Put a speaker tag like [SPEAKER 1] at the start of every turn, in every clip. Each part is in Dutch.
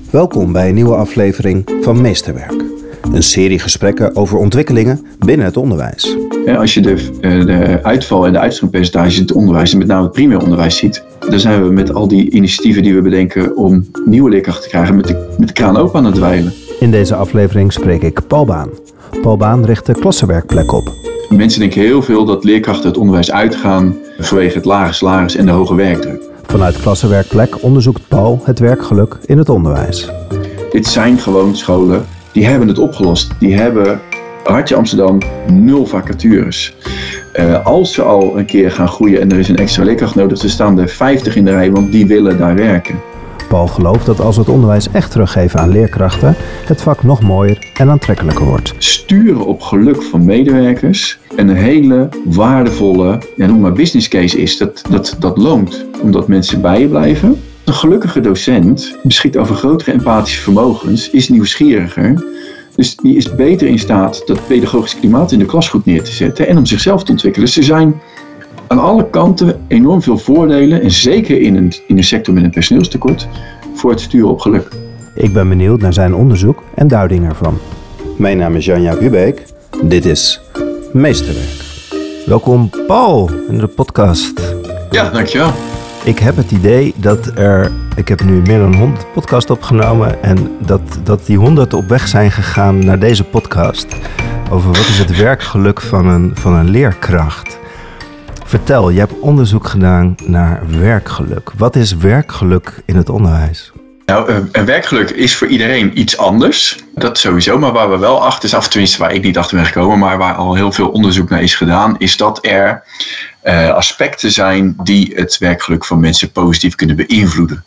[SPEAKER 1] Welkom bij een nieuwe aflevering van Meesterwerk. Een serie gesprekken over ontwikkelingen binnen het onderwijs.
[SPEAKER 2] Als je de uitval en de uitstroompercentages in het onderwijs, en met name het primair onderwijs ziet, dan zijn we met al die initiatieven die we bedenken om nieuwe leerkrachten te krijgen met de kraan open aan het dweilen.
[SPEAKER 1] In deze aflevering spreek ik Paul Baan. Paul Baan richt de klassenwerkplek op.
[SPEAKER 2] Mensen denken heel veel dat leerkrachten het onderwijs uitgaan vanwege het lage salaris en de hoge werkdruk.
[SPEAKER 1] Vanuit Klassenwerkplek onderzoekt Paul het werkgeluk in het onderwijs.
[SPEAKER 2] Dit zijn gewoon scholen die hebben het opgelost. Die hebben, Hartje Amsterdam, 0 vacatures. Als ze al een keer gaan groeien en er is een extra leerkracht nodig, er staan er 50 in de rij, want die willen daar werken.
[SPEAKER 1] Paul gelooft dat als we het onderwijs echt teruggeven aan leerkrachten, het vak nog mooier en aantrekkelijker wordt.
[SPEAKER 2] Sturen op geluk van medewerkers en een hele waardevolle, noem maar business case is. Dat loont, omdat mensen bij je blijven. Een gelukkige docent beschikt over grotere empathische vermogens, is nieuwsgieriger. Dus die is beter in staat dat pedagogisch klimaat in de klas goed neer te zetten en om zichzelf te ontwikkelen. Dus er zijn aan alle kanten enorm veel voordelen, en zeker in een sector met een personeelstekort, voor het sturen op geluk.
[SPEAKER 1] Ik ben benieuwd naar zijn onderzoek en duiding ervan. Mijn naam is Jan-Jaap Hubeek. Dit is Meesterwerk. Welkom Paul in de podcast.
[SPEAKER 2] Ja, dankjewel.
[SPEAKER 1] Ik heb het idee dat ik heb nu meer dan 100 podcasts opgenomen en dat die 100 op weg zijn gegaan naar deze podcast over wat is het werkgeluk van een leerkracht. Vertel, je hebt onderzoek gedaan naar werkgeluk. Wat is werkgeluk in het onderwijs?
[SPEAKER 2] Nou, een werkgeluk is voor iedereen iets anders. Dat sowieso, maar waar we wel achter zijn, of tenminste waar ik niet achter ben gekomen, maar waar al heel veel onderzoek naar is gedaan, is dat er aspecten zijn die het werkgeluk van mensen positief kunnen beïnvloeden.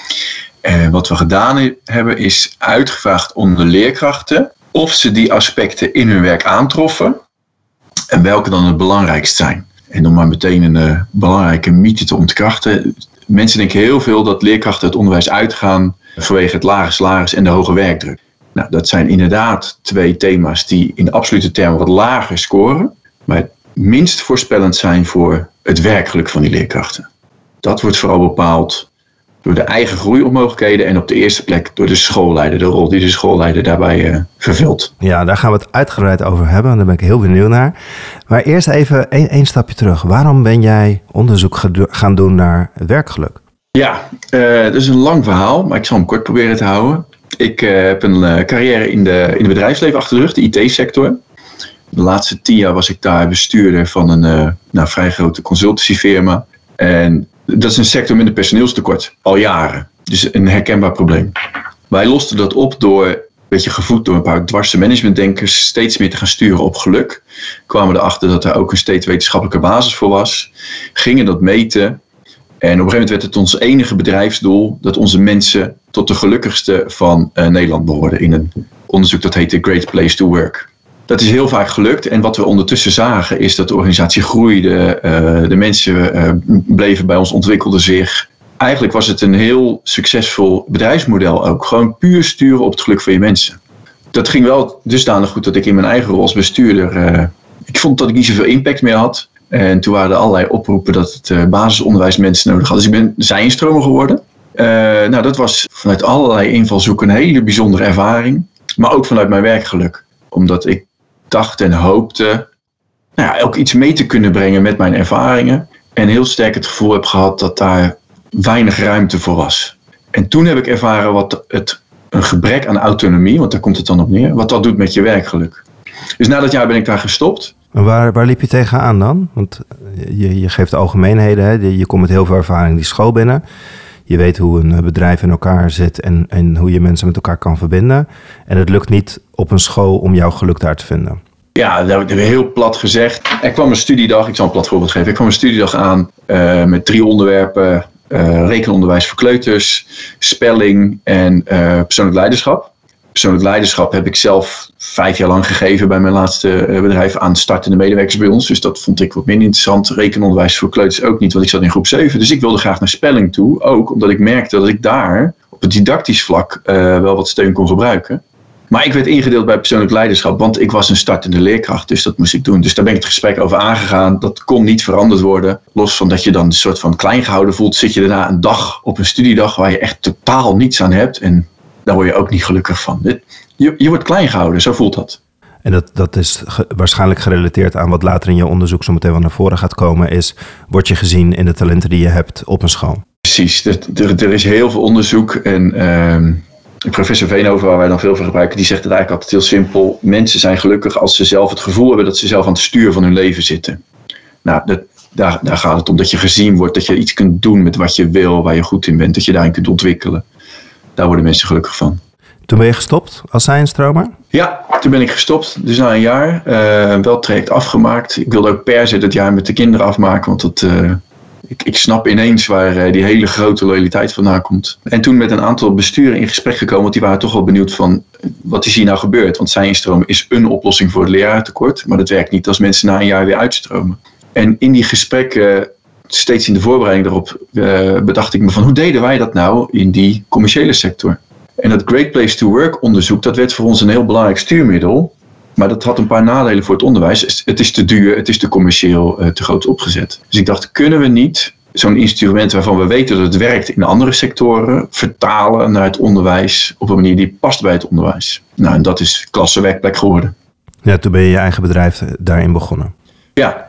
[SPEAKER 2] Wat we gedaan hebben is uitgevraagd onder leerkrachten of ze die aspecten in hun werk aantroffen en welke dan het belangrijkst zijn. En om maar meteen een belangrijke mythe te ontkrachten. Mensen denken heel veel dat leerkrachten het onderwijs uitgaan vanwege het lage salaris en de hoge werkdruk. Nou, dat zijn inderdaad 2 thema's die in absolute termen wat lager scoren, maar het minst voorspellend zijn voor het werkgeluk van die leerkrachten. Dat wordt vooral bepaald door de eigen groeimogelijkheden en op de eerste plek door de schoolleider, de rol die de schoolleider daarbij vervult.
[SPEAKER 1] Ja, daar gaan we het uitgebreid over hebben en daar ben ik heel benieuwd naar. Maar eerst even één stapje terug. Waarom ben jij onderzoek gaan doen naar werkgeluk? Ja,
[SPEAKER 2] dat is een lang verhaal, maar ik zal hem kort proberen te houden. Ik heb een carrière in het bedrijfsleven achter de rug, de IT-sector. De laatste 10 jaar was ik daar bestuurder van een vrij grote consultancyfirma. En dat is een sector met een personeelstekort, al jaren. Dus een herkenbaar probleem. Wij losten dat op door, een beetje gevoed door een paar dwarse managementdenkers, steeds meer te gaan sturen op geluk. Kwamen erachter dat er ook een steeds wetenschappelijke basis voor was. Gingen dat meten. En op een gegeven moment werd het ons enige bedrijfsdoel dat onze mensen tot de gelukkigste van Nederland behoorden. In een onderzoek dat heette Great Place to Work. Dat is heel vaak gelukt en wat we ondertussen zagen is dat de organisatie groeide, de mensen bleven bij ons, ontwikkelden zich. Eigenlijk was het een heel succesvol bedrijfsmodel ook. Gewoon puur sturen op het geluk van je mensen. Dat ging wel dusdanig goed dat ik in mijn eigen rol als bestuurder, ik vond dat ik niet zoveel impact meer had. En toen waren er allerlei oproepen dat het basisonderwijs mensen nodig had. Dus ik ben zijnstromer geworden. Dat was vanuit allerlei invalshoeken een hele bijzondere ervaring. Maar ook vanuit mijn werkgeluk. Omdat ik dacht en hoopte ook iets mee te kunnen brengen met mijn ervaringen. En heel sterk het gevoel heb gehad dat daar weinig ruimte voor was. En toen heb ik ervaren wat een gebrek aan autonomie, want daar komt het dan op neer, wat dat doet met je werkgeluk. Dus na dat jaar ben ik daar gestopt.
[SPEAKER 1] En waar liep je tegenaan dan? Want je geeft algemeenheden, hè? Je komt met heel veel ervaring die school binnen. Je weet hoe een bedrijf in elkaar zit en hoe je mensen met elkaar kan verbinden. En het lukt niet op een school om jouw geluk daar te vinden.
[SPEAKER 2] Ja, dat heb ik heel plat gezegd. Er kwam een studiedag, ik zal een plat voorbeeld geven. Er kwam een studiedag aan met 3 onderwerpen. Rekenonderwijs voor kleuters, spelling en persoonlijk leiderschap. Persoonlijk leiderschap heb ik zelf 5 jaar lang gegeven bij mijn laatste bedrijf aan startende medewerkers bij ons. Dus dat vond ik wat minder interessant. Rekenonderwijs voor kleuters ook niet, want ik zat in groep 7. Dus ik wilde graag naar spelling toe. Ook omdat ik merkte dat ik daar op het didactisch vlak wel wat steun kon gebruiken. Maar ik werd ingedeeld bij persoonlijk leiderschap, want ik was een startende leerkracht, dus dat moest ik doen. Dus daar ben ik het gesprek over aangegaan. Dat kon niet veranderd worden. Los van dat je dan een soort van klein gehouden voelt, zit je daarna een dag op een studiedag waar je echt totaal niets aan hebt. En daar word je ook niet gelukkig van. Je wordt klein gehouden, zo voelt dat.
[SPEAKER 1] En dat is waarschijnlijk gerelateerd aan wat later in je onderzoek zo meteen wel naar voren gaat komen, is, word je gezien in de talenten die je hebt op een school?
[SPEAKER 2] Precies, er is heel veel onderzoek en professor Veenhoven, waar wij dan veel voor gebruiken, die zegt het eigenlijk altijd heel simpel. Mensen zijn gelukkig als ze zelf het gevoel hebben dat ze zelf aan het stuur van hun leven zitten. Nou, daar gaat het om, dat je gezien wordt, dat je iets kunt doen met wat je wil, waar je goed in bent, dat je daarin kunt ontwikkelen. Daar worden mensen gelukkig van.
[SPEAKER 1] Toen ben je gestopt als science-stromer?
[SPEAKER 2] Ja, toen ben ik gestopt. Dus na een jaar wel het traject afgemaakt. Ik wilde ook per se dat jaar met de kinderen afmaken, want ik snap ineens waar die hele grote loyaliteit vandaan komt. En toen met een aantal besturen in gesprek gekomen, want die waren toch wel benieuwd van, wat is hier nou gebeurd? Want science-stromen is een oplossing voor het lerarentekort, maar dat werkt niet als mensen na een jaar weer uitstromen. En in die gesprekken, steeds in de voorbereiding daarop, bedacht ik me van, hoe deden wij dat nou in die commerciële sector? En dat Great Place to Work onderzoek, dat werd voor ons een heel belangrijk stuurmiddel. Maar dat had een paar nadelen voor het onderwijs. Het is te duur, het is te commercieel, te groot opgezet. Dus ik dacht, kunnen we niet zo'n instrument waarvan we weten dat het werkt in andere sectoren, vertalen naar het onderwijs op een manier die past bij het onderwijs? Nou, en dat is klassenwerkplek geworden.
[SPEAKER 1] Ja, toen ben je je eigen bedrijf daarin begonnen.
[SPEAKER 2] Ja.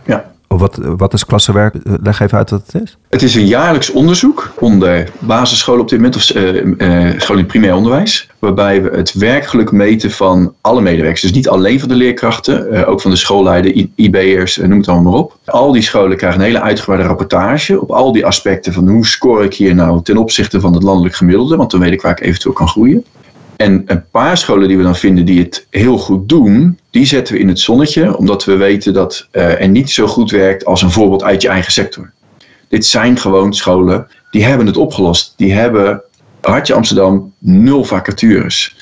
[SPEAKER 1] Wat is klassenwerk? Leg even uit wat het is.
[SPEAKER 2] Het is een jaarlijks onderzoek onder basisscholen op dit moment, of scholen in primair onderwijs, waarbij we het werkgeluk meten van alle medewerkers. Dus niet alleen van de leerkrachten, ook van de schoolleider, IB'ers, noem het allemaal maar op. Al die scholen krijgen een hele uitgebreide rapportage op al die aspecten van hoe score ik hier nou ten opzichte van het landelijk gemiddelde, want dan weet ik waar ik eventueel kan groeien. En een paar scholen die we dan vinden die het heel goed doen, die zetten we in het zonnetje, omdat we weten dat er niet zo goed werkt als een voorbeeld uit je eigen sector. Dit zijn gewoon scholen die hebben het opgelost. Die hebben, Hartje Amsterdam, 0 vacatures.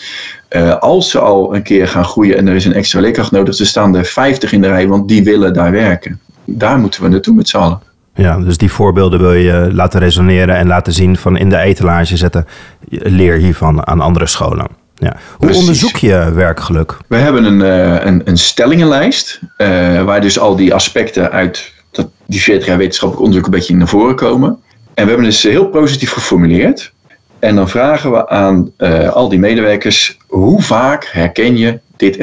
[SPEAKER 2] Als ze al een keer gaan groeien en er is een extra leerkracht nodig, er staan er 50 in de rij, want die willen daar werken. Daar moeten we naartoe met z'n allen.
[SPEAKER 1] Ja, dus die voorbeelden wil je laten resoneren en laten zien van in de etalage zetten. Leer hiervan aan andere scholen. Ja. Hoe
[SPEAKER 2] Precies.
[SPEAKER 1] onderzoek je werkgeluk?
[SPEAKER 2] We hebben een stellingenlijst waar dus al die aspecten uit die 40 jaar wetenschappelijk onderzoek een beetje naar voren komen. En we hebben dus heel positief geformuleerd. En dan vragen we aan al die medewerkers, hoe vaak herken je dit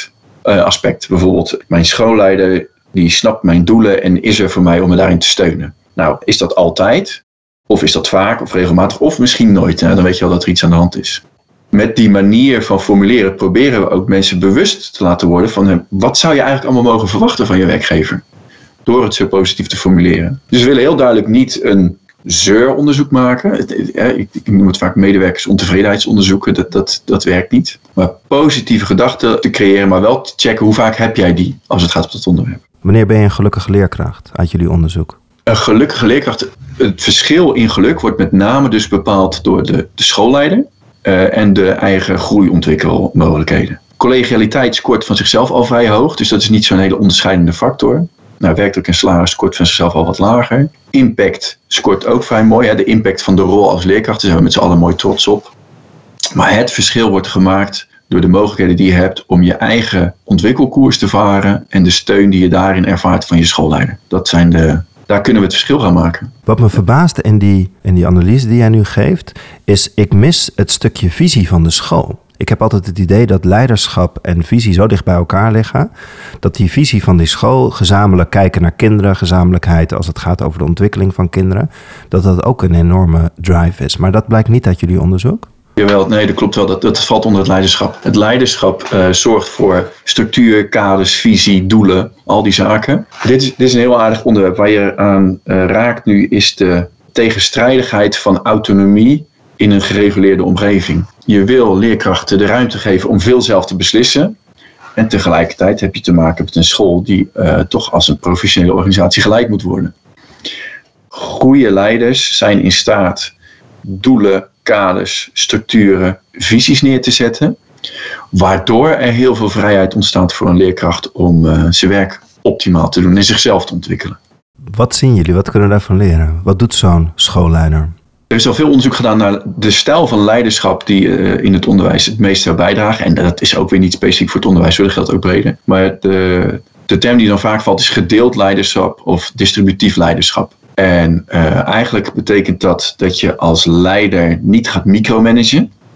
[SPEAKER 2] aspect? Bijvoorbeeld, mijn schoolleider die snapt mijn doelen en is er voor mij om me daarin te steunen. Nou, is dat altijd? Of is dat vaak of regelmatig? Of misschien nooit? Hè? Dan weet je al dat er iets aan de hand is. Met die manier van formuleren proberen we ook mensen bewust te laten worden van wat zou je eigenlijk allemaal mogen verwachten van je werkgever? Door het zo positief te formuleren. Dus we willen heel duidelijk niet een zeuronderzoek maken. Ik noem het vaak medewerkersontevredenheidsonderzoeken. Dat werkt niet. Maar positieve gedachten te creëren, maar wel te checken hoe vaak heb jij die als het gaat op dat onderwerp.
[SPEAKER 1] Wanneer ben je een gelukkige leerkracht uit jullie onderzoek?
[SPEAKER 2] Een gelukkige leerkracht, het verschil in geluk wordt met name dus bepaald door de schoolleider en de eigen groeiontwikkelmogelijkheden. Collegialiteit scoort van zichzelf al vrij hoog, dus dat is niet zo'n hele onderscheidende factor. Nou, werkt ook in salaris scoort van zichzelf al wat lager. Impact scoort ook vrij mooi. Hè? De impact van de rol als leerkracht, daar zijn we met z'n allen mooi trots op. Maar het verschil wordt gemaakt door de mogelijkheden die je hebt om je eigen ontwikkelkoers te varen en de steun die je daarin ervaart van je schoolleider. Daar kunnen we het verschil gaan maken.
[SPEAKER 1] Wat me verbaasde in die analyse die jij nu geeft, is ik mis het stukje visie van de school. Ik heb altijd het idee dat leiderschap en visie zo dicht bij elkaar liggen, dat die visie van die school, gezamenlijk kijken naar kinderen, gezamenlijkheid als het gaat over de ontwikkeling van kinderen, dat dat ook een enorme drive is. Maar dat blijkt niet uit jullie onderzoek?
[SPEAKER 2] Jawel, nee, dat klopt wel. Dat valt onder het leiderschap. Het leiderschap zorgt voor structuur, kaders, visie, doelen, al die zaken. Dit is een heel aardig onderwerp. Waar je aan raakt nu is de tegenstrijdigheid van autonomie in een gereguleerde omgeving. Je wil leerkrachten de ruimte geven om veel zelf te beslissen. En tegelijkertijd heb je te maken met een school die toch als een professionele organisatie geleid moet worden. Goede leiders zijn in staat doelen, kaders, structuren, visies neer te zetten. Waardoor er heel veel vrijheid ontstaat voor een leerkracht om zijn werk optimaal te doen en zichzelf te ontwikkelen.
[SPEAKER 1] Wat zien jullie? Wat kunnen we daarvan leren? Wat doet zo'n schoolleider?
[SPEAKER 2] Er is al veel onderzoek gedaan naar de stijl van leiderschap die in het onderwijs het meest zou bijdragen. En dat is ook weer niet specifiek voor het onderwijs, dat geldt ook breder. Maar de term die dan vaak valt is gedeeld leiderschap of distributief leiderschap. En eigenlijk betekent dat je als leider niet gaat micromanagen.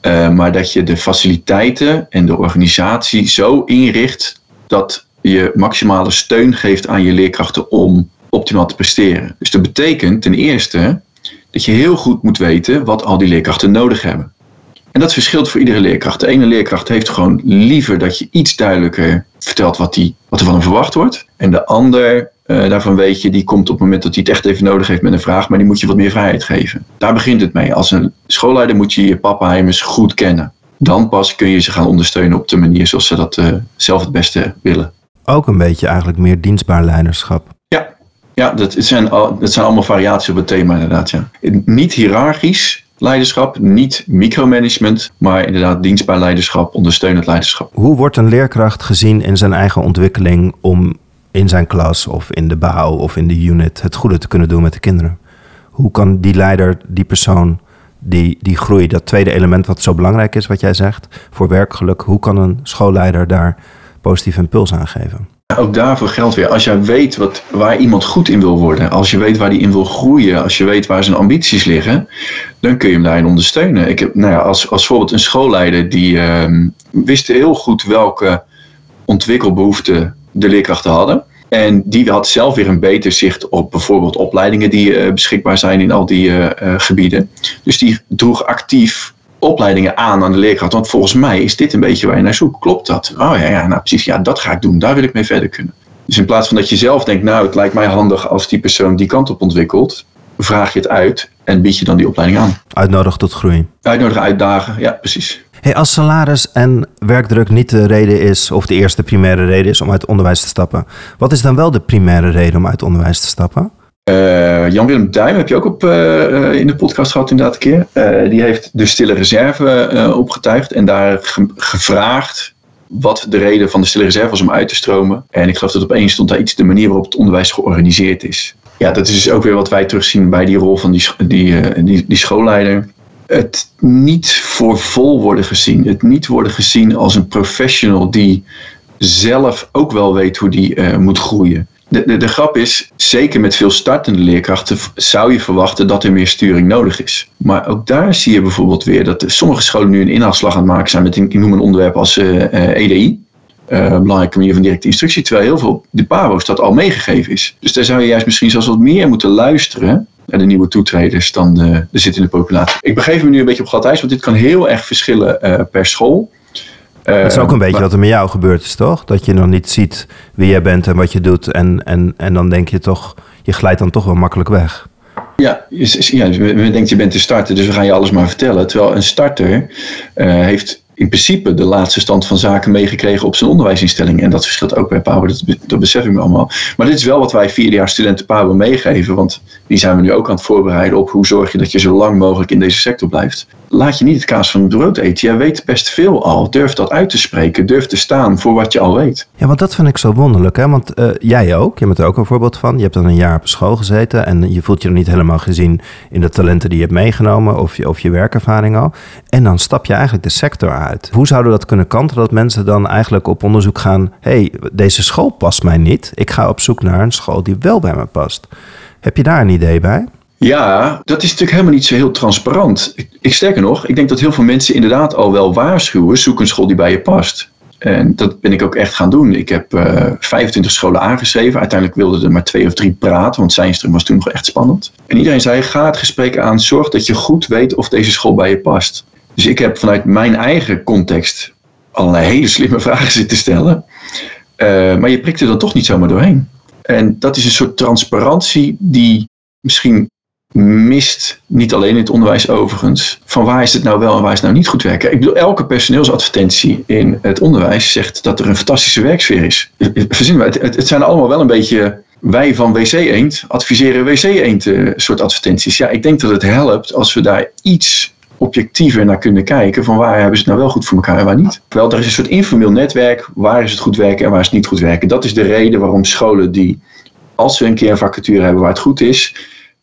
[SPEAKER 2] Maar dat je de faciliteiten en de organisatie zo inricht dat je maximale steun geeft aan je leerkrachten om optimaal te presteren. Dus dat betekent ten eerste dat je heel goed moet weten wat al die leerkrachten nodig hebben. En dat verschilt voor iedere leerkracht. De ene leerkracht heeft gewoon liever dat je iets duidelijker vertelt wat er van hem verwacht wordt. En de ander, daarvan weet je, die komt op het moment dat hij het echt even nodig heeft met een vraag, maar die moet je wat meer vrijheid geven. Daar begint het mee. Als een schoolleider moet je je pappenheimers goed kennen. Dan pas kun je ze gaan ondersteunen op de manier zoals ze dat zelf het beste willen.
[SPEAKER 1] Ook een beetje eigenlijk meer dienstbaar leiderschap.
[SPEAKER 2] Ja, dat zijn allemaal variaties op het thema inderdaad. Ja. Niet hiërarchisch leiderschap, niet micromanagement, maar inderdaad dienstbaar leiderschap, ondersteunend leiderschap.
[SPEAKER 1] Hoe wordt een leerkracht gezien in zijn eigen ontwikkeling om in zijn klas of in de bouw of in de unit het goede te kunnen doen met de kinderen? Hoe kan die leider, die persoon, die groei, dat tweede element wat zo belangrijk is, wat jij zegt, voor werkgeluk, hoe kan een schoolleider daar positief impuls aan geven?
[SPEAKER 2] Ook daarvoor geldt weer, als jij weet waar iemand goed in wil worden, als je weet waar die in wil groeien, als je weet waar zijn ambities liggen, dan kun je hem daarin ondersteunen. Ik heb als voorbeeld een schoolleider die wist heel goed welke ontwikkelbehoeften de leerkrachten hadden. En die had zelf weer een beter zicht op bijvoorbeeld opleidingen die beschikbaar zijn in al die gebieden. Dus die droeg actief opleidingen aan de leerkracht. Want volgens mij is dit een beetje waar je naar zoekt. Klopt dat? Oh ja, nou precies. Ja, dat ga ik doen. Daar wil ik mee verder kunnen. Dus in plaats van dat je zelf denkt, het lijkt mij handig als die persoon die kant op ontwikkelt, vraag je het uit en bied je dan die opleiding aan.
[SPEAKER 1] Uitnodigen tot groei.
[SPEAKER 2] Uitnodigen, uitdagen. Ja, precies.
[SPEAKER 1] Hey, als salaris en werkdruk niet de reden is, of de eerste primaire reden is om uit het onderwijs te stappen, wat is dan wel de primaire reden om uit het onderwijs te stappen?
[SPEAKER 2] Jan-Willem Duim heb je ook in de podcast gehad inderdaad een keer. Die heeft de stille reserve opgetuigd en daar gevraagd wat de reden van de stille reserve was om uit te stromen. En ik geloof dat opeens stond daar iets de manier waarop het onderwijs georganiseerd is. Ja, dat is dus ook weer wat wij terugzien bij die rol van die schoolleider. Het niet voor vol worden gezien. Het niet worden gezien als een professional die zelf ook wel weet hoe die moet groeien. De grap is, zeker met veel startende leerkrachten zou je verwachten dat er meer sturing nodig is. Maar ook daar zie je bijvoorbeeld weer dat sommige scholen nu een inhaalslag aan het maken zijn met, ik noem een onderwerp als EDI. Belangrijke manier van directe instructie, terwijl heel veel de PABO's dat al meegegeven is. Dus daar zou je juist misschien zelfs wat meer moeten luisteren naar de nieuwe toetreders dan de zittende populatie. Ik begeef me nu een beetje op glad ijs, want dit kan heel erg verschillen per school.
[SPEAKER 1] Dat is ook een beetje wat er met jou gebeurd is, toch? Dat je nog niet ziet wie jij bent en wat je doet. En dan denk je toch, je glijdt dan toch wel makkelijk weg.
[SPEAKER 2] Ja, we denken je bent een starter, dus we gaan je alles maar vertellen. Terwijl een starter heeft in principe de laatste stand van zaken meegekregen op zijn onderwijsinstelling. En dat verschilt ook bij PABO, dat besef ik me allemaal. Maar dit is wel wat wij 4-jaars studenten PABO meegeven. Want die zijn we nu ook aan het voorbereiden op hoe zorg je dat je zo lang mogelijk in deze sector blijft. Laat je niet het kaas van het brood eten. Jij weet best veel al. Durf dat uit te spreken. Durf te staan voor wat je al weet.
[SPEAKER 1] Ja, want dat vind ik zo wonderlijk. Hè? Want jij ook. Je bent er ook een voorbeeld van. Je hebt dan een jaar op school gezeten. En je voelt je nog niet helemaal gezien in de talenten die je hebt meegenomen. Of je werkervaring al. En dan stap je eigenlijk de sector uit. Hoe zouden we dat kunnen kantelen? Dat mensen dan eigenlijk op onderzoek gaan. Hey, deze school past mij niet. Ik ga op zoek naar een school die wel bij me past. Heb je daar een idee bij?
[SPEAKER 2] Ja, dat is natuurlijk helemaal niet zo heel transparant. Sterker nog, ik denk dat heel veel mensen inderdaad al wel waarschuwen. Zoek een school die bij je past. En dat ben ik ook echt gaan doen. Ik heb 25 scholen aangeschreven. Uiteindelijk wilden er maar 2 of 3 praten, want Zijnstrum was toen nog echt spannend. En iedereen zei, ga het gesprek aan. Zorg dat je goed weet of deze school bij je past. Dus ik heb vanuit mijn eigen context allerlei hele slimme vragen zitten stellen. Maar je prikt er dan toch niet zomaar doorheen. En dat is een soort transparantie die misschien mist, niet alleen in het onderwijs overigens, van waar is het nou wel en waar is het nou niet goed werken. Ik bedoel, elke personeelsadvertentie in het onderwijs zegt dat er een fantastische werksfeer is. Verzin maar, het zijn allemaal wel een beetje, wij van WC Eend adviseren WC Eend soort advertenties. Ja, ik denk dat het helpt als we daar iets objectiever naar kunnen kijken van waar hebben ze het nou wel goed voor elkaar en waar niet. Terwijl er is een soort informeel netwerk, waar is het goed werken en waar is het niet goed werken. Dat is de reden waarom scholen die, als we een keer een vacature hebben waar het goed is,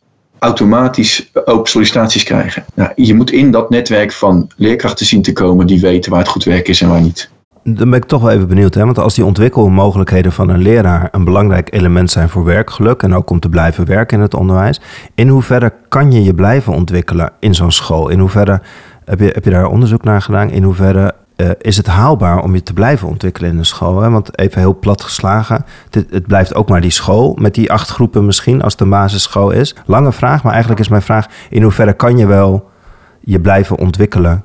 [SPEAKER 2] automatisch open sollicitaties krijgen. Nou, je moet in dat netwerk van leerkrachten zien te komen die weten waar het goed werk is en waar niet.
[SPEAKER 1] Dan ben ik toch wel even benieuwd, hè? Want als die ontwikkelmogelijkheden van een leraar een belangrijk element zijn voor werkgeluk en ook om te blijven werken in het onderwijs, in hoeverre kan je je blijven ontwikkelen in zo'n school? In hoeverre Heb je daar onderzoek naar gedaan? In hoeverre is het haalbaar om je te blijven ontwikkelen in een school? Hè? Want even heel plat geslagen, het blijft ook maar die school met die 8 groepen misschien als het een basisschool is. Lange vraag, maar eigenlijk is mijn vraag, in hoeverre kan je wel je blijven ontwikkelen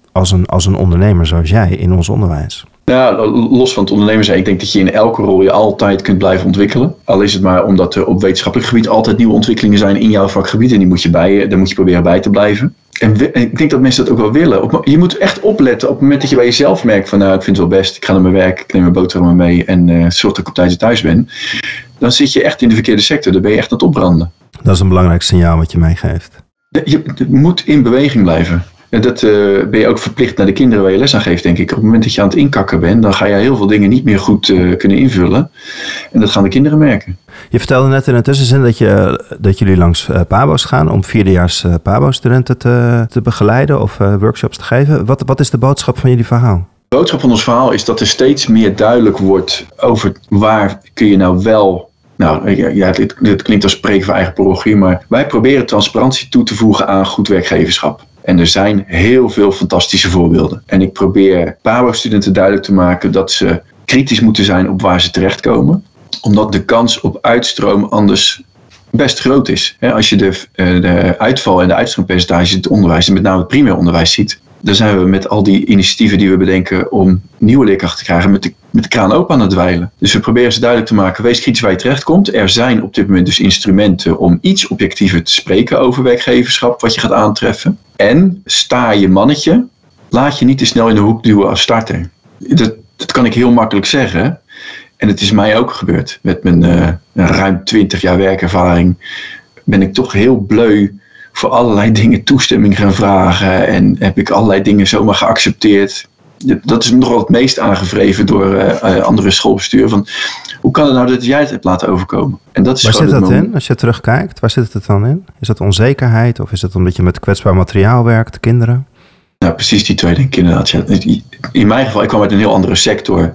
[SPEAKER 1] als een ondernemer zoals jij in ons onderwijs?
[SPEAKER 2] Ja, los van het ondernemer zijn, ik denk dat je in elke rol je altijd kunt blijven ontwikkelen. Al is het maar omdat er op wetenschappelijk gebied altijd nieuwe ontwikkelingen zijn in jouw vakgebied. En daar moet je proberen bij te blijven. En ik denk dat mensen dat ook wel willen. Je moet echt opletten op het moment dat je bij jezelf merkt van, nou, ik vind het wel best, ik ga naar mijn werk, ik neem mijn boterhammen mee en zorg dat ik op tijd thuis ben. Dan zit je echt in de verkeerde sector, dan ben je echt aan het opbranden.
[SPEAKER 1] Dat is een belangrijk signaal wat je meegeeft.
[SPEAKER 2] Je moet in beweging blijven. En dat ben je ook verplicht naar de kinderen waar je les aan geeft, denk ik. Op het moment dat je aan het inkakken bent, dan ga je heel veel dingen niet meer goed kunnen invullen. En dat gaan de kinderen merken.
[SPEAKER 1] Je vertelde net in een tussenzin dat jullie langs PABO's gaan om 4-dejaars PABO-studenten te begeleiden of workshops te geven. Wat is de boodschap van jullie verhaal?
[SPEAKER 2] De boodschap van ons verhaal is dat er steeds meer duidelijk wordt over waar kun je nou wel... Nou, ja, dit klinkt als spreken van eigen parochie, maar wij proberen transparantie toe te voegen aan goed werkgeverschap. En er zijn heel veel fantastische voorbeelden. En ik probeer PABO-studenten duidelijk te maken dat ze kritisch moeten zijn op waar ze terechtkomen. Omdat de kans op uitstroom anders best groot is. Als je de uitval en de uitstroompercentages in het onderwijs, en met name het primair onderwijs ziet, dan zijn we met al die initiatieven die we bedenken om nieuwe leerkrachten te krijgen met de kraan open aan het dweilen. Dus we proberen ze duidelijk te maken, wees kritisch waar je terechtkomt. Er zijn op dit moment dus instrumenten om iets objectiever te spreken over werkgeverschap, wat je gaat aantreffen. En sta je mannetje, laat je niet te snel in de hoek duwen als starter. Dat kan ik heel makkelijk zeggen. En het is mij ook gebeurd. Met mijn ruim 20 jaar werkervaring ben ik toch heel bleu voor allerlei dingen toestemming gaan vragen. En heb ik allerlei dingen zomaar geaccepteerd. Dat is nog wel het meest aangevreven door andere schoolbesturen. Van, hoe kan het nou dat jij het hebt laten overkomen? En dat is
[SPEAKER 1] waar zit dat in, als je terugkijkt? Waar zit het dan in? Is dat onzekerheid of is het omdat je met kwetsbaar materiaal werkt, kinderen?
[SPEAKER 2] Nou, precies die twee denk ik inderdaad. Ja. In mijn geval, ik kwam uit een heel andere sector.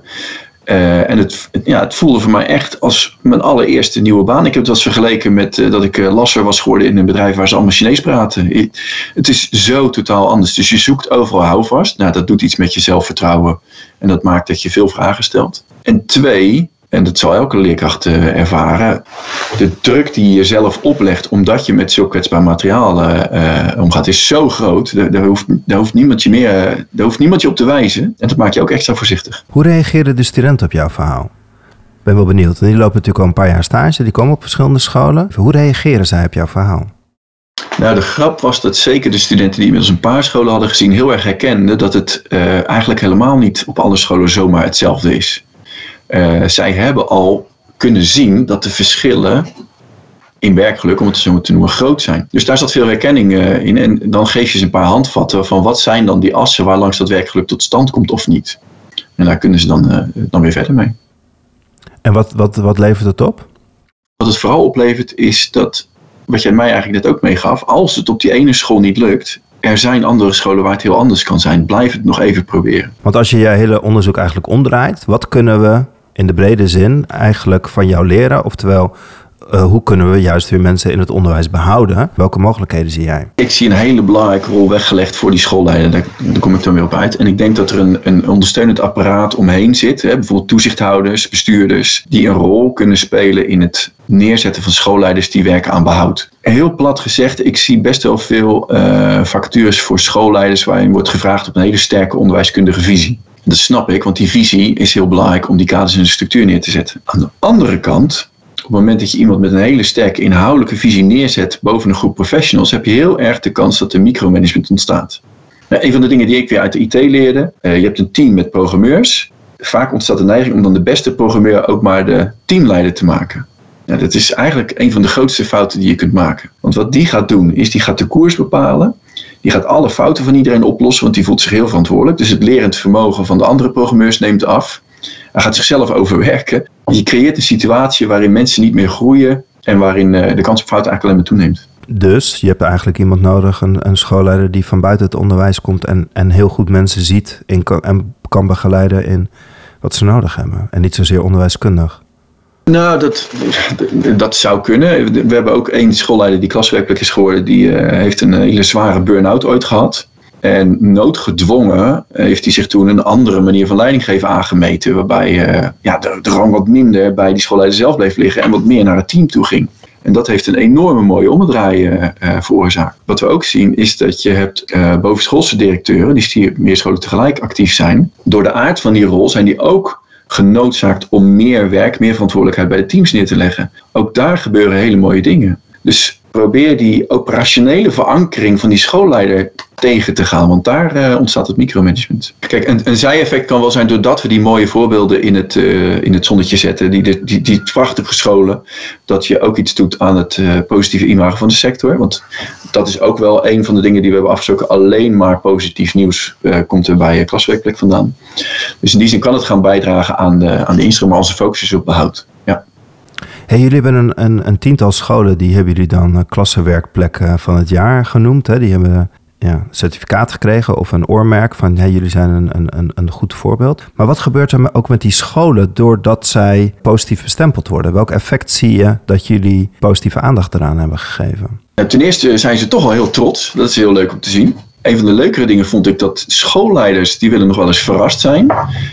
[SPEAKER 2] En het voelde voor mij echt als mijn allereerste nieuwe baan. Ik heb het wel eens vergeleken met dat ik lasser was geworden in een bedrijf waar ze allemaal Chinees praten. Het is zo totaal anders. Dus je zoekt overal houvast. Nou, dat doet iets met je zelfvertrouwen. En dat maakt dat je veel vragen stelt. En 2, en dat zal elke leerkracht ervaren, de druk die je jezelf oplegt omdat je met zulk kwetsbaar materiaal omgaat is zo groot. Daar hoeft niemand je op te wijzen. En dat maakt je ook extra voorzichtig.
[SPEAKER 1] Hoe reageren de studenten op jouw verhaal? Ik ben wel benieuwd. En die lopen natuurlijk al een paar jaar stage. Die komen op verschillende scholen. Hoe reageren zij op jouw verhaal?
[SPEAKER 2] Nou, de grap was dat zeker de studenten die inmiddels een paar scholen hadden gezien heel erg herkenden dat het eigenlijk helemaal niet op alle scholen zomaar hetzelfde is. Zij hebben al kunnen zien dat de verschillen in werkgeluk, om het zo te noemen, groot zijn. Dus daar zat veel herkenning in. En dan geef je ze een paar handvatten van wat zijn dan die assen waar langs dat werkgeluk tot stand komt of niet. En daar kunnen ze dan weer verder mee.
[SPEAKER 1] En wat levert het op?
[SPEAKER 2] Wat het vooral oplevert is dat, wat jij mij eigenlijk net ook meegaf, als het op die ene school niet lukt, er zijn andere scholen waar het heel anders kan zijn. Blijf het nog even proberen.
[SPEAKER 1] Want als je je hele onderzoek eigenlijk omdraait, wat kunnen we in de brede zin eigenlijk van jou leren? Oftewel, hoe kunnen we juist weer mensen in het onderwijs behouden? Welke mogelijkheden zie jij?
[SPEAKER 2] Ik zie een hele belangrijke rol weggelegd voor die schoolleider. Daar kom ik dan weer op uit. En ik denk dat er een ondersteunend apparaat omheen zit. Bijvoorbeeld toezichthouders, bestuurders, die een rol kunnen spelen in het neerzetten van schoolleiders die werken aan behoud. Heel plat gezegd, ik zie best wel veel vacatures voor schoolleiders waarin wordt gevraagd op een hele sterke onderwijskundige visie. Dat snap ik, want die visie is heel belangrijk om die kaders en de structuur neer te zetten. Aan de andere kant, op het moment dat je iemand met een hele sterke inhoudelijke visie neerzet boven een groep professionals, heb je heel erg de kans dat er micromanagement ontstaat. Nou, een van de dingen die ik weer uit de IT leerde, je hebt een team met programmeurs. Vaak ontstaat de neiging om dan de beste programmeur ook maar de teamleider te maken. Nou, dat is eigenlijk een van de grootste fouten die je kunt maken. Want wat die gaat doen, is die gaat de koers bepalen. Die gaat alle fouten van iedereen oplossen, want die voelt zich heel verantwoordelijk. Dus het lerend vermogen van de andere programmeurs neemt af. Hij gaat zichzelf overwerken. Je creëert een situatie waarin mensen niet meer groeien en waarin de kans op fouten eigenlijk alleen maar toeneemt.
[SPEAKER 1] Dus je hebt eigenlijk iemand nodig, een schoolleider die van buiten het onderwijs komt en heel goed mensen ziet en kan begeleiden in wat ze nodig hebben. En niet zozeer onderwijskundig.
[SPEAKER 2] Nou, dat zou kunnen. We hebben ook één schoolleider die klaswerkelijk is geworden. Die heeft een hele zware burn-out ooit gehad. En noodgedwongen heeft hij zich toen een andere manier van leidinggeven aangemeten. Waarbij de rang wat minder bij die schoolleider zelf bleef liggen en wat meer naar het team toe ging. En dat heeft een enorme mooie ommedraai veroorzaakt. Wat we ook zien is dat je hebt bovenschoolse directeuren, die meer scholen tegelijk actief zijn. Door de aard van die rol zijn die ook genoodzaakt om meer werk, meer verantwoordelijkheid bij de teams neer te leggen. Ook daar gebeuren hele mooie dingen. Dus probeer die operationele verankering van die schoolleider tegen te gaan, want daar ontstaat het micromanagement. Kijk, een zijeffect kan wel zijn doordat we die mooie voorbeelden in het zonnetje zetten, die prachtige scholen, dat je ook iets doet aan het positieve imago van de sector. Want dat is ook wel een van de dingen die we hebben afgesproken. Alleen maar positief nieuws komt er bij klaswerkplek vandaan. Dus in die zin kan het gaan bijdragen aan de instroom, maar onze focus is op behoud. Ja.
[SPEAKER 1] Hey, jullie hebben een tiental scholen, die hebben jullie dan klassenwerkplek van het jaar genoemd. Hè? Die hebben een certificaat gekregen of een oormerk van jullie zijn een goed voorbeeld. Maar wat gebeurt er ook met die scholen doordat zij positief bestempeld worden? Welk effect zie je dat jullie positieve aandacht eraan hebben gegeven?
[SPEAKER 2] Ten eerste zijn ze toch wel heel trots. Dat is heel leuk om te zien. Een van de leukere dingen vond ik dat schoolleiders, die willen nog wel eens verrast zijn.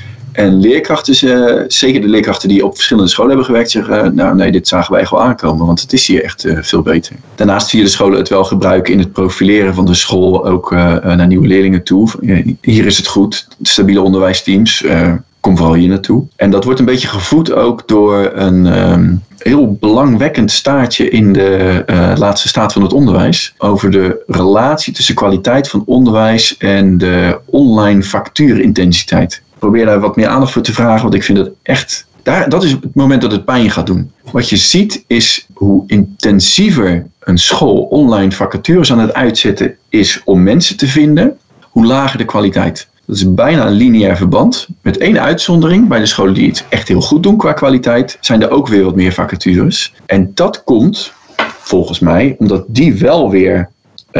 [SPEAKER 2] En leerkrachten, zeker de leerkrachten die op verschillende scholen hebben gewerkt, zeggen, dit zagen wij echt wel aankomen, want het is hier echt veel beter. Daarnaast zie je de scholen het wel gebruiken in het profileren van de school, ook naar nieuwe leerlingen toe. Hier is het goed, stabiele onderwijsteams, kom vooral hier naartoe. En dat wordt een beetje gevoed ook door een heel belangwekkend staartje in de laatste staat van het onderwijs over de relatie tussen kwaliteit van onderwijs en de online factuurintensiteit. Probeer daar wat meer aandacht voor te vragen, want ik vind dat echt, dat is het moment dat het pijn gaat doen. Wat je ziet is hoe intensiever een school online vacatures aan het uitzetten is om mensen te vinden, hoe lager de kwaliteit. Dat is bijna een lineair verband. Met één uitzondering, bij de scholen die het echt heel goed doen qua kwaliteit, zijn er ook weer wat meer vacatures. En dat komt, volgens mij, omdat die wel weer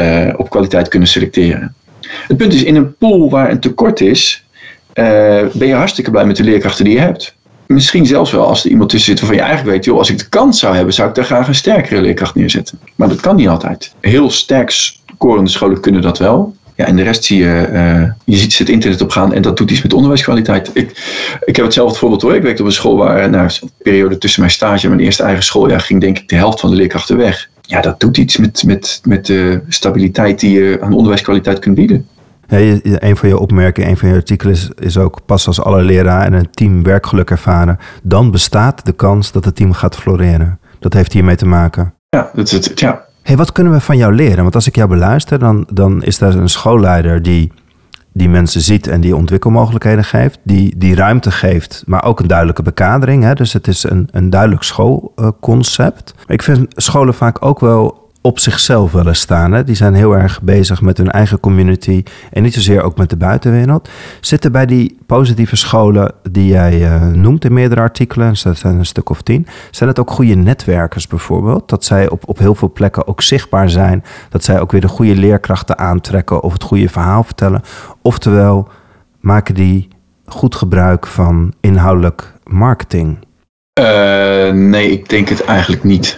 [SPEAKER 2] op kwaliteit kunnen selecteren. Het punt is, in een pool waar een tekort is, ben je hartstikke blij met de leerkrachten die je hebt. Misschien zelfs wel als er iemand tussen zit waarvan je eigenlijk weet, als ik de kans zou hebben, zou ik daar graag een sterkere leerkracht neerzetten. Maar dat kan niet altijd. Heel sterk scorende scholen kunnen dat wel. Ja, en de rest zie je ziet ze het internet op gaan en dat doet iets met onderwijskwaliteit. Ik heb hetzelfde voorbeeld hoor. Ik werkte op een school waar een periode tussen mijn stage en mijn eerste eigen schooljaar ging denk ik de helft van de leerkrachten weg. Ja, dat doet iets met de stabiliteit die je aan onderwijskwaliteit kunt bieden.
[SPEAKER 1] Hey, een van je opmerkingen, een van je artikelen is ook, pas als alle leraren en een team werkgeluk ervaren, dan bestaat de kans dat het team gaat floreren. Dat heeft hiermee te maken.
[SPEAKER 2] Ja, dat is het. Ja.
[SPEAKER 1] Hey, wat kunnen we van jou leren? Want als ik jou beluister, dan is daar een schoolleider die mensen ziet en die ontwikkelmogelijkheden geeft, die ruimte geeft, maar ook een duidelijke bekadering. Hè? Dus het is een duidelijk schoolconcept. Ik vind scholen vaak ook wel op zichzelf willen staan. Hè? Die zijn heel erg bezig met hun eigen community en niet zozeer ook met de buitenwereld. Zitten bij die positieve scholen die jij noemt in meerdere artikelen, dat zijn een stuk of 10, zijn het ook goede netwerkers bijvoorbeeld? Dat zij op heel veel plekken ook zichtbaar zijn, dat zij ook weer de goede leerkrachten aantrekken of het goede verhaal vertellen. Oftewel, maken die goed gebruik van inhoudelijk marketing?
[SPEAKER 2] Nee, ik denk het eigenlijk niet.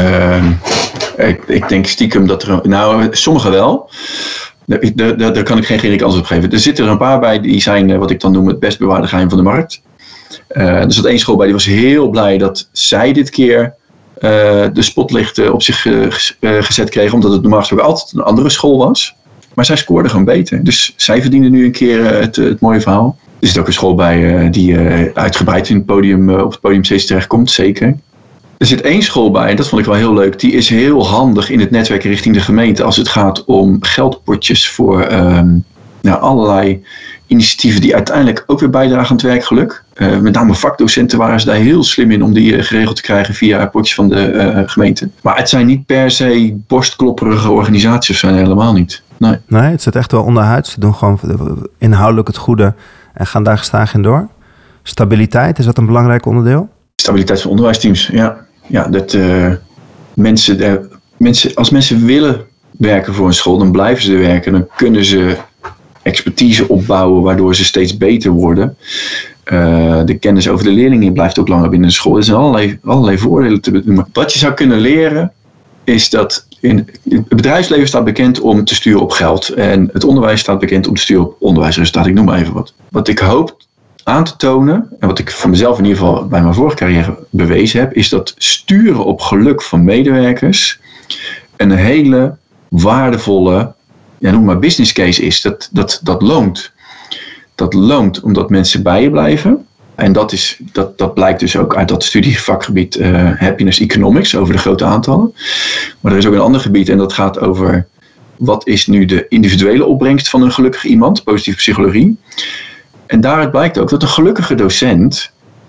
[SPEAKER 2] Ik denk stiekem dat er... sommigen wel. Daar kan ik geen generiek antwoord op geven. Er zitten er een paar bij die zijn wat ik dan noem het best bewaarde geheim van de markt. Er zat één school bij die was heel blij dat zij dit keer de spotlicht op zich gezet kregen. Omdat het normaal gesproken altijd een andere school was. Maar zij scoorden gewoon beter. Dus zij verdienen nu een keer het mooie verhaal. Er zit ook een school bij die uitgebreid in op het podium steeds terechtkomt, zeker. Er zit één school bij, en dat vond ik wel heel leuk. Die is heel handig in het netwerken richting de gemeente als het gaat om geldpotjes voor allerlei initiatieven die uiteindelijk ook weer bijdragen aan het werkgeluk. Met name vakdocenten waren ze daar heel slim in om die geregeld te krijgen via potjes van de gemeente. Maar het zijn niet per se borstklopperige organisaties, zijn helemaal niet. Nee,
[SPEAKER 1] het zit echt wel onderhuids. Ze doen gewoon inhoudelijk het goede en gaan daar gestaag in door. Stabiliteit, is dat een belangrijk onderdeel?
[SPEAKER 2] Stabiliteit van onderwijsteams, ja, dat als mensen willen werken voor een school, dan blijven ze er werken. Dan kunnen ze expertise opbouwen, waardoor ze steeds beter worden. De kennis over de leerlingen blijft ook langer binnen de school. Er zijn allerlei voordelen te benoemen. Wat je zou kunnen leren, is dat het bedrijfsleven staat bekend om te sturen op geld. En het onderwijs staat bekend om te sturen op onderwijsresultaten. Ik noem maar even wat. Wat ik hoop aan te tonen, en wat ik voor mezelf in ieder geval bij mijn vorige carrière bewezen heb, is dat sturen op geluk van medewerkers een hele waardevolle, noem maar business case is. Dat loont. Dat loont omdat mensen bij je blijven. En dat blijkt dus ook uit dat studievakgebied Happiness Economics, over de grote aantallen. Maar er is ook een ander gebied en dat gaat over wat is nu de individuele opbrengst van een gelukkig iemand, positieve psychologie. En daaruit blijkt ook dat een gelukkige docent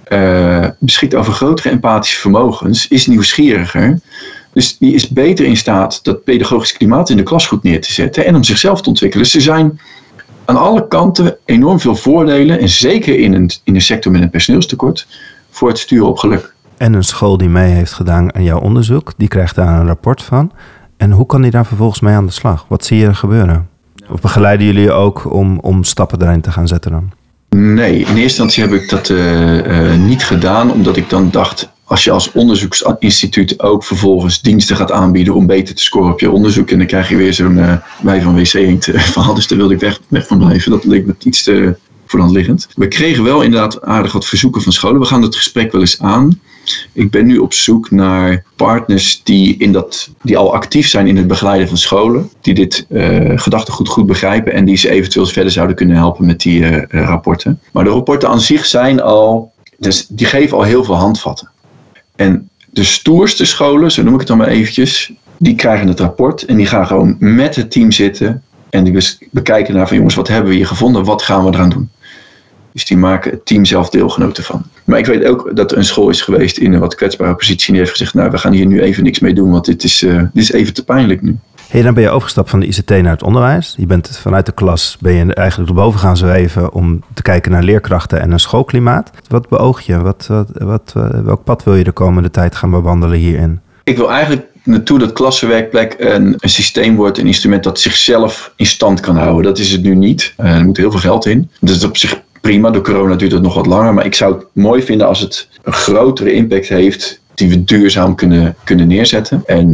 [SPEAKER 2] beschikt over grotere empathische vermogens, is nieuwsgieriger. Dus die is beter in staat dat pedagogisch klimaat in de klas goed neer te zetten en om zichzelf te ontwikkelen. Dus er zijn aan alle kanten enorm veel voordelen, en zeker in een sector met een personeelstekort, voor het sturen op geluk.
[SPEAKER 1] En een school die mee heeft gedaan aan jouw onderzoek, die krijgt daar een rapport van. En hoe kan die daar vervolgens mee aan de slag? Wat zie je er gebeuren? Of begeleiden jullie ook om stappen daarin te gaan zetten dan?
[SPEAKER 2] Nee, in eerste instantie heb ik dat niet gedaan, omdat ik dan dacht, als je als onderzoeksinstituut ook vervolgens diensten gaat aanbieden om beter te scoren op je onderzoek, en dan krijg je weer zo'n wij van WC Eend verhaal, dus daar wilde ik weg van blijven. Dat leek me iets te voor de hand liggend. We kregen wel inderdaad aardig wat verzoeken van scholen. We gaan het gesprek wel eens aan. Ik ben nu op zoek naar partners die al actief zijn in het begeleiden van scholen, die dit gedachtegoed goed begrijpen en die ze eventueel verder zouden kunnen helpen met die rapporten. Maar de rapporten aan zich zijn dus die geven al heel veel handvatten. En de stoerste scholen, zo noem ik het dan maar eventjes, die krijgen het rapport en die gaan gewoon met het team zitten en die bekijken naar van jongens, wat hebben we hier gevonden, wat gaan we eraan doen? Dus die maken het team zelf deelgenoten van. Maar ik weet ook dat er een school is geweest in een wat kwetsbare positie en die heeft gezegd, nou, we gaan hier nu even niks mee doen, want dit is even te pijnlijk nu.
[SPEAKER 1] Hey, dan ben je overgestapt van de ICT naar het onderwijs. Je bent vanuit de klas eigenlijk erboven gaan zweven om te kijken naar leerkrachten en een schoolklimaat. Wat beoog je? Welk pad wil je de komende tijd gaan bewandelen hierin? Ik
[SPEAKER 2] wil eigenlijk naartoe dat klassenwerkplek een systeem wordt, een instrument dat zichzelf in stand kan houden. Dat is het nu niet. Er moet heel veel geld in. Dat is op zich prima. Door corona duurt het nog wat langer. Maar ik zou het mooi vinden als het een grotere impact heeft die we duurzaam kunnen neerzetten. En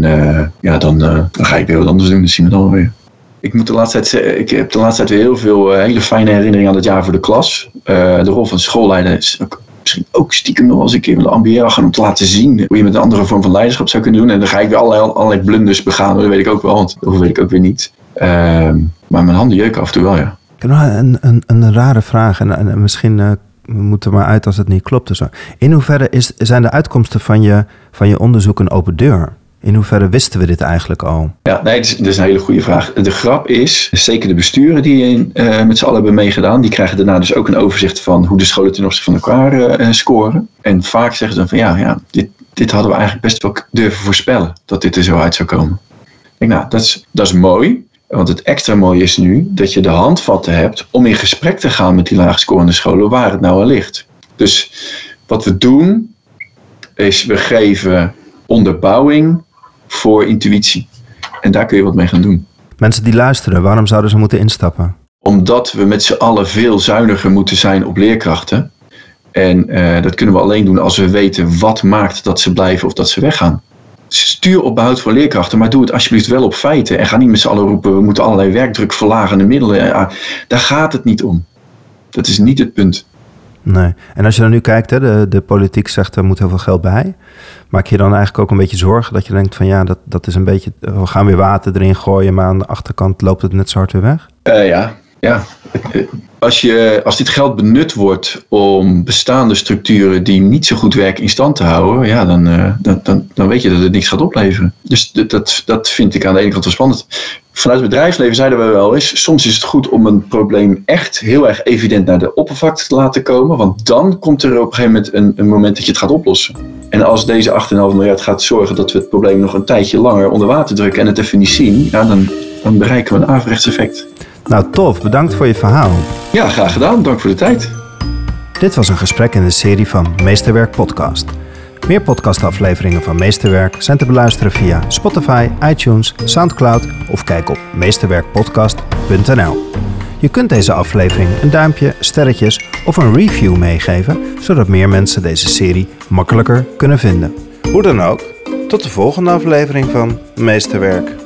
[SPEAKER 2] dan ga ik weer wat anders doen. Dat zien we dan weer. Ik heb de laatste tijd weer heel veel hele fijne herinneringen aan het jaar voor de klas. De rol van schoolleider is misschien ook stiekem nog eens een keer met de ambiëren gaan om te laten zien hoe je met een andere vorm van leiderschap zou kunnen doen. En dan ga ik weer allerlei blunders begaan. Dat weet ik ook wel, want dat weet ik ook weer niet. Maar mijn handen jeuken af en toe wel, ja.
[SPEAKER 1] Ik heb nog een rare vraag en misschien moet er maar uit als het niet klopt. Dus. In hoeverre zijn de uitkomsten van je onderzoek een open deur? In hoeverre wisten we dit eigenlijk al?
[SPEAKER 2] Ja, nee, dat is een hele goede vraag. De grap is, zeker de besturen die met z'n allen hebben meegedaan, die krijgen daarna dus ook een overzicht van hoe de scholen ten opzichte van elkaar scoren. En vaak zeggen ze dan van dit hadden we eigenlijk best wel durven voorspellen, dat dit er zo uit zou komen. Ik denk, dat is mooi. Want het extra mooie is nu dat je de handvatten hebt om in gesprek te gaan met die laagscorende scholen waar het nou al ligt. Dus wat we doen is we geven onderbouwing voor intuïtie. En daar kun je wat mee gaan doen.
[SPEAKER 1] Mensen die luisteren, waarom zouden ze moeten instappen?
[SPEAKER 2] Omdat we met z'n allen veel zuiniger moeten zijn op leerkrachten. En dat kunnen we alleen doen als we weten wat maakt dat ze blijven of dat ze weggaan. Stuur op behoud voor leerkrachten, maar doe het alsjeblieft wel op feiten. En ga niet met z'n allen roepen, we moeten allerlei werkdrukverlagende middelen. Daar gaat het niet om. Dat is niet het punt.
[SPEAKER 1] Nee. En als je dan nu kijkt, de politiek zegt er moet heel veel geld bij. Maak je dan eigenlijk ook een beetje zorgen dat je denkt van dat is een beetje, we gaan weer water erin gooien, maar aan de achterkant loopt het net zo hard weer weg?
[SPEAKER 2] Ja. Als dit geld benut wordt om bestaande structuren die niet zo goed werken in stand te houden, dan weet je dat het niks gaat opleveren. Dus dat vind ik aan de ene kant wel spannend. Vanuit het bedrijfsleven zeiden we wel eens, soms is het goed om een probleem echt heel erg evident naar de oppervlakte te laten komen, want dan komt er op een gegeven moment een moment dat je het gaat oplossen. En als deze 8,5 miljard gaat zorgen dat we het probleem nog een tijdje langer onder water drukken en het even niet zien, dan bereiken we een averechts effect.
[SPEAKER 1] Nou, tof. Bedankt voor je verhaal.
[SPEAKER 2] Ja, graag gedaan. Dank voor de tijd.
[SPEAKER 1] Dit was een gesprek in de serie van Meesterwerk Podcast. Meer podcastafleveringen van Meesterwerk zijn te beluisteren via Spotify, iTunes, Soundcloud of kijk op meesterwerkpodcast.nl. Je kunt deze aflevering een duimpje, sterretjes of een review meegeven, zodat meer mensen deze serie makkelijker kunnen vinden. Hoe dan ook, Tot de volgende aflevering van Meesterwerk.